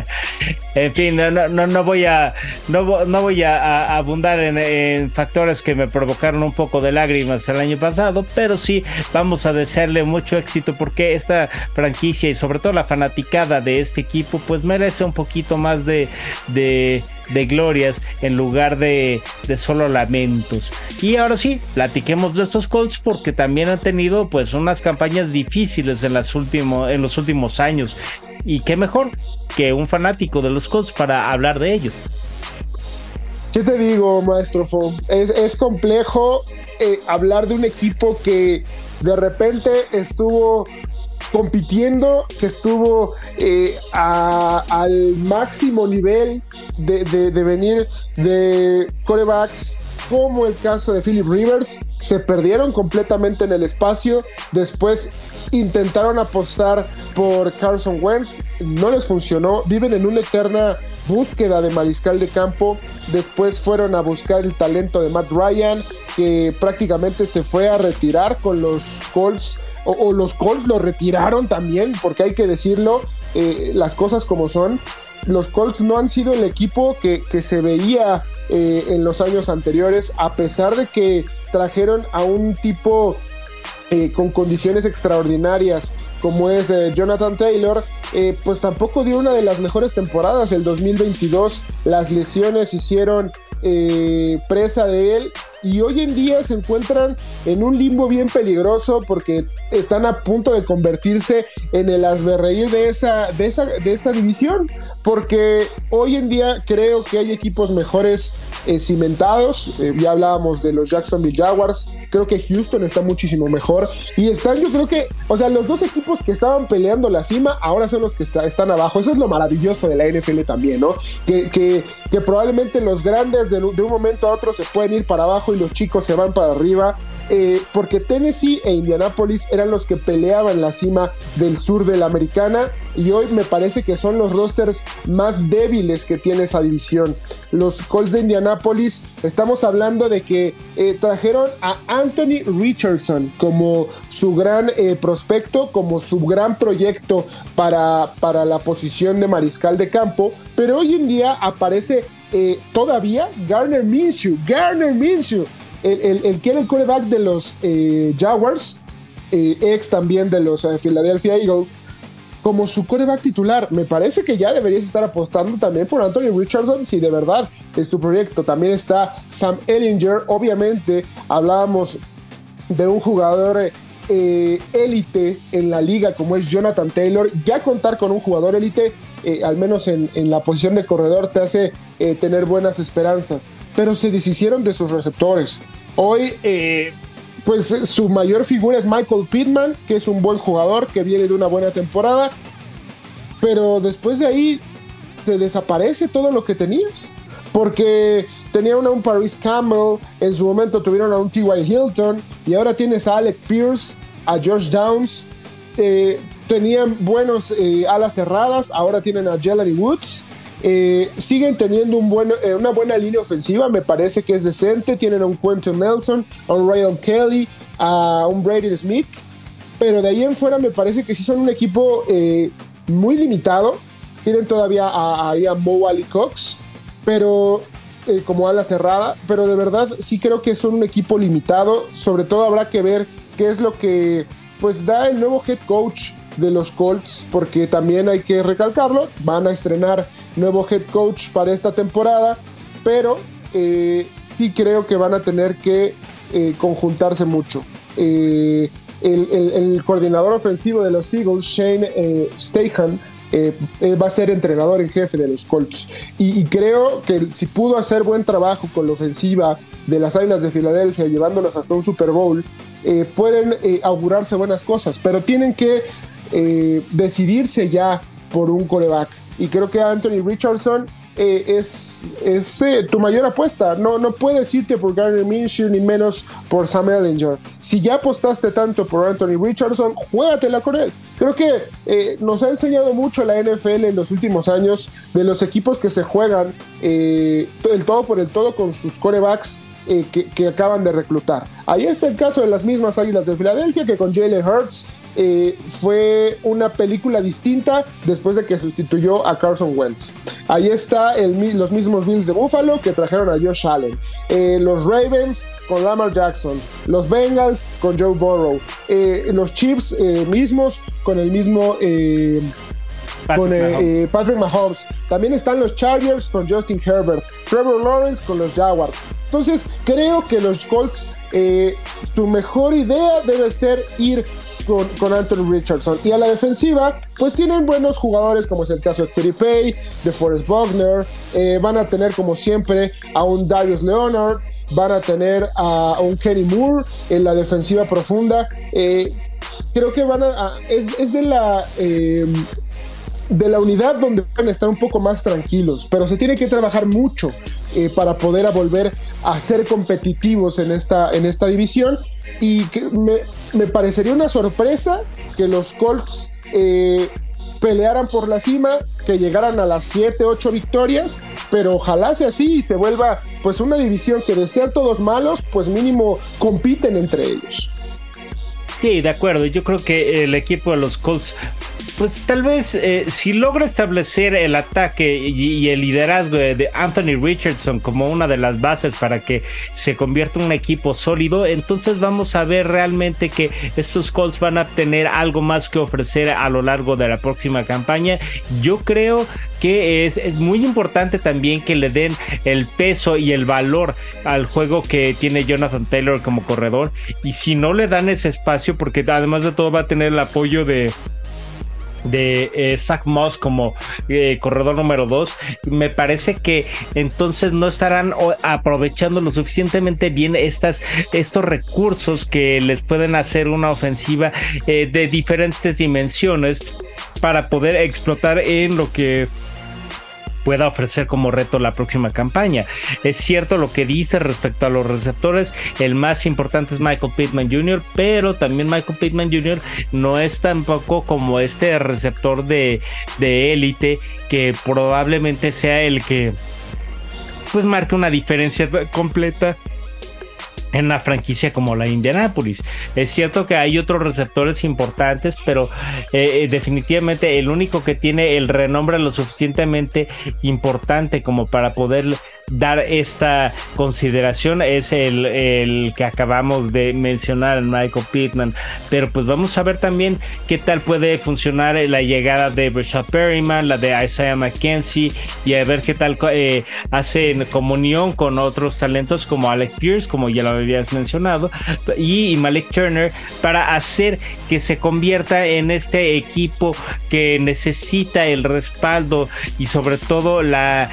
no voy a abundar en factores que me provocaron un poco de lágrimas el año pasado, pero sí vamos a desearle mucho éxito, porque esta franquicia y sobre todo la fanaticada de este equipo pues merece un poquito más de glorias en lugar de solo lamentos. Y ahora sí, platiquemos de estos Colts, porque también han tenido pues unas campañas difíciles en los últimos años, y qué mejor que un fanático de los Colts para hablar de ello. ¿Qué te digo, maestro Fo? Es complejo hablar de un equipo que de repente estuvo compitiendo, que estuvo al máximo nivel de venir de quarterbacks como el caso de Philip Rivers, se perdieron completamente en el espacio. Después intentaron apostar por Carson Wentz, no les funcionó, viven en una eterna búsqueda de mariscal de campo. Después fueron a buscar el talento de Matt Ryan, que prácticamente se fue a retirar con los Colts, o los Colts lo retiraron también, porque hay que decirlo, las cosas como son. Los Colts no han sido el equipo que se veía en los años anteriores, a pesar de que trajeron a un tipo con condiciones extraordinarias como es Jonathan Taylor. Pues tampoco dio una de las mejores temporadas. El 2022 las lesiones hicieron presa de él, y hoy en día se encuentran en un limbo bien peligroso, porque están a punto de convertirse en el hazmerreír de esa división, porque hoy en día creo que hay equipos mejores cimentados. Ya hablábamos de los Jacksonville Jaguars, creo que Houston está muchísimo mejor, y están, yo creo que, o sea, los dos equipos que estaban peleando la cima ahora son los que están abajo. Eso es lo maravilloso de la NFL también, ¿no? Que probablemente los grandes de un momento a otro se pueden ir para abajo y los chicos se van para arriba, porque Tennessee e Indianapolis eran los que peleaban la cima del sur de la americana, y hoy me parece que son los rosters más débiles que tiene esa división. Los Colts de Indianapolis, estamos hablando de que trajeron a Anthony Richardson como su gran prospecto, como su gran proyecto para la posición de mariscal de campo, pero hoy en día aparece todavía Gardner Minshew, el que era el quarterback de los Jaguars, ex también de los Philadelphia Eagles, como su quarterback titular. Me parece que ya deberías estar apostando también por Anthony Richardson si de verdad es tu proyecto. También está Sam Ehlinger. Obviamente hablábamos de un jugador élite en la liga como es Jonathan Taylor. Ya contar con un jugador élite, al menos en la posición de corredor, te hace tener buenas esperanzas, pero se deshicieron de sus receptores. Hoy pues su mayor figura es Michael Pittman, que es un buen jugador, que viene de una buena temporada, pero después de ahí se desaparece todo lo que tenías, porque tenían a un Paris Campbell, en su momento tuvieron a un T.Y. Hilton, y ahora tienes a Alec Pierce, a Josh Downs. Tenían buenos alas cerradas, ahora tienen a Jelani Woods. Siguen teniendo una buena línea ofensiva, me parece que es decente. Tienen a un Quentin Nelson, a un Ryan Kelly, a un Braden Smith, pero de ahí en fuera me parece que sí son un equipo muy limitado. Tienen todavía a Mo Alie-Cox, pero como ala cerrada, pero de verdad sí creo que son un equipo limitado. Sobre todo habrá que ver qué es lo que pues da el nuevo head coach de los Colts, porque también hay que recalcarlo, van a estrenar nuevo head coach para esta temporada, pero sí creo que van a tener que conjuntarse mucho. El coordinador ofensivo de los Eagles, Shane Steichen, va a ser entrenador en jefe de los Colts, y creo que si pudo hacer buen trabajo con la ofensiva de las Águilas de Filadelfia, llevándolos hasta un Super Bowl, pueden augurarse buenas cosas, pero tienen que decidirse ya por un quarterback, y creo que Anthony Richardson es tu mayor apuesta. No puedes irte por Gardner Minshew ni menos por Sam Ehlinger. Si ya apostaste tanto por Anthony Richardson, juégatela con él. Creo que nos ha enseñado mucho la NFL en los últimos años de los equipos que se juegan el todo por el todo con sus quarterbacks que acaban de reclutar. Ahí está el caso de las mismas Águilas de Filadelfia, que con Jalen Hurts fue una película distinta después de que sustituyó a Carson Wentz. Ahí está los mismos Bills de Buffalo, que trajeron a Josh Allen, los Ravens con Lamar Jackson, los Bengals con Joe Burrow, los Chiefs mismos con el mismo Patrick Mahomes. También están los Chargers con Justin Herbert, Trevor Lawrence con los Jaguars. Entonces creo que los Colts, su mejor idea debe ser ir con Anthony Richardson. Y a la defensiva, pues tienen buenos jugadores, como es el caso de Kwity Paye, de Forrest Buckner. Van a tener, como siempre, a un Darius Leonard. Van a tener a un Kenny Moore en la defensiva profunda. Creo que es de la de la unidad donde pueden estar un poco más tranquilos, pero se tiene que trabajar mucho para poder volver a ser competitivos en esta división, y que me parecería una sorpresa que los Colts pelearan por la cima, que llegaran a las 7, 8 victorias, pero ojalá sea así y se vuelva pues una división que, de ser todos malos, pues mínimo compiten entre ellos. Sí, de acuerdo. Yo creo que el equipo de los Colts, pues tal vez si logra establecer el ataque y el liderazgo de Anthony Richardson como una de las bases para que se convierta en un equipo sólido, entonces vamos a ver realmente que estos Colts van a tener algo más que ofrecer a lo largo de la próxima campaña. Yo creo que es muy importante también que le den el peso y el valor al juego que tiene Jonathan Taylor como corredor, y si no le dan ese espacio, porque además de todo va a tener el apoyo de Zach Moss como corredor número 2, me parece que entonces no estarán aprovechando lo suficientemente bien estos recursos que les pueden hacer una ofensiva de diferentes dimensiones para poder explotar en lo que pueda ofrecer como reto la próxima campaña. Es cierto lo que dice respecto a los receptores, el más importante es Michael Pittman Jr., pero también Michael Pittman Jr. no es tampoco como este receptor de élite que probablemente sea el que pues marque una diferencia completa en una franquicia como la Indianapolis. Es cierto que hay otros receptores importantes, pero definitivamente el único que tiene el renombre lo suficientemente importante como para poder dar esta consideración es el que acabamos de mencionar, Michael Pittman. Pero pues vamos a ver también qué tal puede funcionar la llegada de Rashad Perryman, la de Isaiah McKenzie, y a ver qué tal hacen comunión con otros talentos como Alec Pierce, como ya lo habías mencionado, y Malik Turner, para hacer que se convierta en este equipo que necesita el respaldo y sobre todo la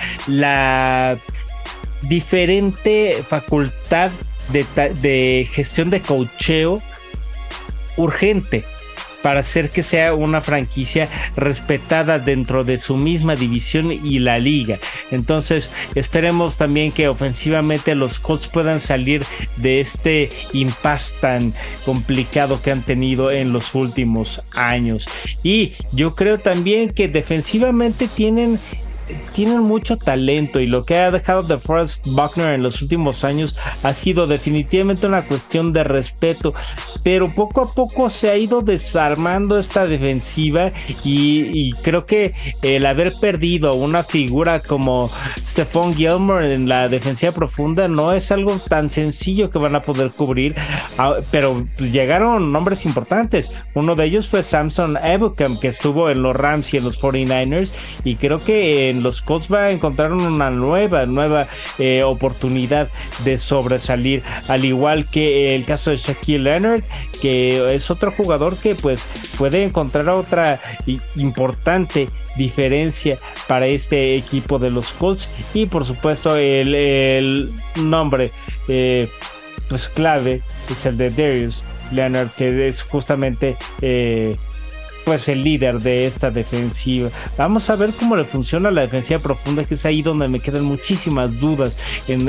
diferente facultad de gestión de coacheo urgente para hacer que sea una franquicia respetada dentro de su misma división y la liga. Entonces esperemos también que ofensivamente los Colts puedan salir de este impasse tan complicado que han tenido en los últimos años. Y yo creo también que defensivamente tienen mucho talento, y lo que ha dejado DeForest Buckner en los últimos años ha sido definitivamente una cuestión de respeto, pero poco a poco se ha ido desarmando esta defensiva, y creo que el haber perdido una figura como Stephon Gilmore en la defensiva profunda no es algo tan sencillo que van a poder cubrir, pero llegaron nombres importantes. Uno de ellos fue Samson Ebukam, que estuvo en los Rams y en los 49ers, y creo que los Colts va a encontrar una nueva oportunidad de sobresalir, al igual que el caso de Shaquille Leonard, que es otro jugador que pues puede encontrar otra importante diferencia para este equipo de los Colts. Y por supuesto el nombre pues clave es el de Darius Leonard, que es justamente pues el líder de esta defensiva. Vamos a ver cómo le funciona la defensiva profunda, que es ahí donde me quedan muchísimas dudas en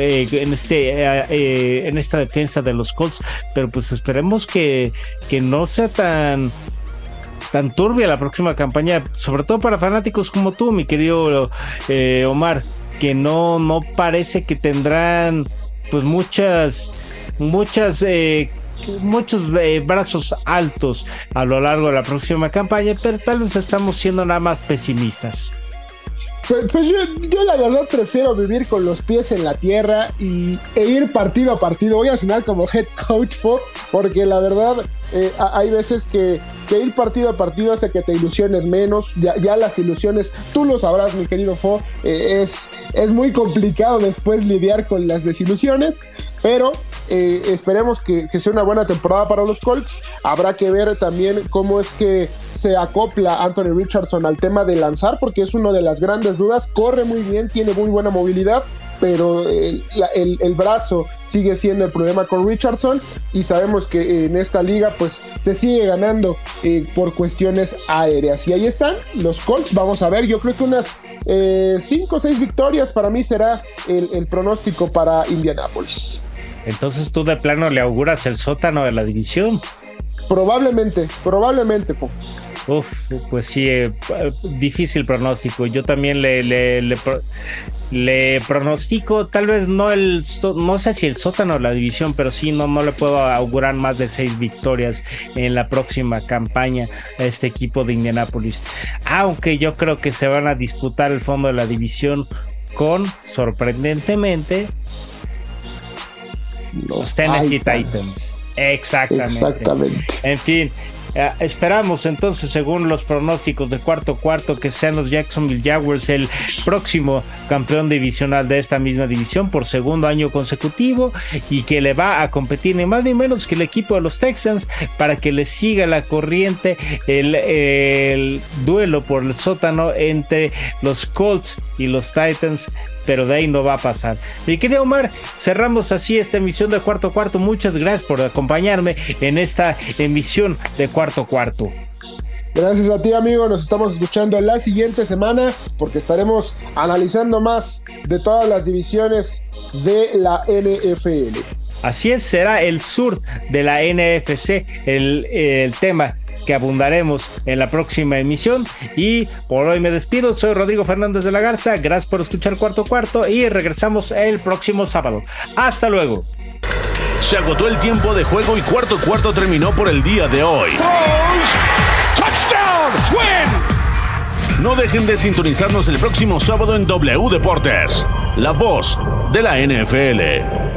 esta defensa de los Colts, pero pues esperemos que no sea tan turbia la próxima campaña, sobre todo para fanáticos como tú, mi querido Omar, que no parece que tendrán pues muchos brazos altos a lo largo de la próxima campaña, pero tal vez estamos siendo nada más pesimistas. Pues yo la verdad prefiero vivir con los pies en la tierra e ir partido a partido. Voy a sonar como head coach, porque la verdad hay veces que ir partido a partido hace que te ilusiones menos. Ya las ilusiones, tú lo sabrás, mi querido Fo, es muy complicado después lidiar con las desilusiones, pero esperemos que sea una buena temporada para los Colts. Habrá que ver también cómo es que se acopla Anthony Richardson al tema de lanzar, porque es una de las grandes dudas. Corre muy bien, tiene muy buena movilidad, pero el brazo sigue siendo el problema con Richardson, y sabemos que en esta liga pues se sigue ganando por cuestiones aéreas. Y ahí están los Colts. Vamos a ver, yo creo que unas 5 o 6 victorias para mí será el pronóstico para Indianapolis. Entonces tú de plano le auguras el sótano de la división. Probablemente. Uf, pues sí, difícil pronóstico. Yo también le pronostico, tal vez no sé si el sótano de la división, pero sí no le puedo augurar más de 6 victorias en la próxima campaña a este equipo de Indianapolis. Aunque yo creo que se van a disputar el fondo de la división con, sorprendentemente, los Tennessee Titans. Exactamente. En fin, esperamos entonces, según los pronósticos de cuarto, que sean los Jacksonville Jaguars el próximo campeón divisional de esta misma división por segundo año consecutivo, y que le va a competir ni más ni menos que el equipo de los Texans para que le siga la corriente el duelo por el sótano entre los Colts y los Titans. Pero de ahí no va a pasar. Mi querido Omar, cerramos así esta emisión de Cuarto. Muchas gracias por acompañarme en esta emisión de Cuarto. Gracias a ti, amigo. Nos estamos escuchando la siguiente semana, porque estaremos analizando más de todas las divisiones de la NFL. Así es, será el sur de la NFC el tema que abundaremos en la próxima emisión. Y por hoy me despido. Soy Rodrigo Fernández de la Garza. Gracias por escuchar Cuarto y regresamos el próximo sábado. Hasta luego. Se agotó el tiempo de juego y Cuarto terminó por el día de hoy. Touchdown, win. No dejen de sintonizarnos el próximo sábado en W Deportes, la voz de la NFL.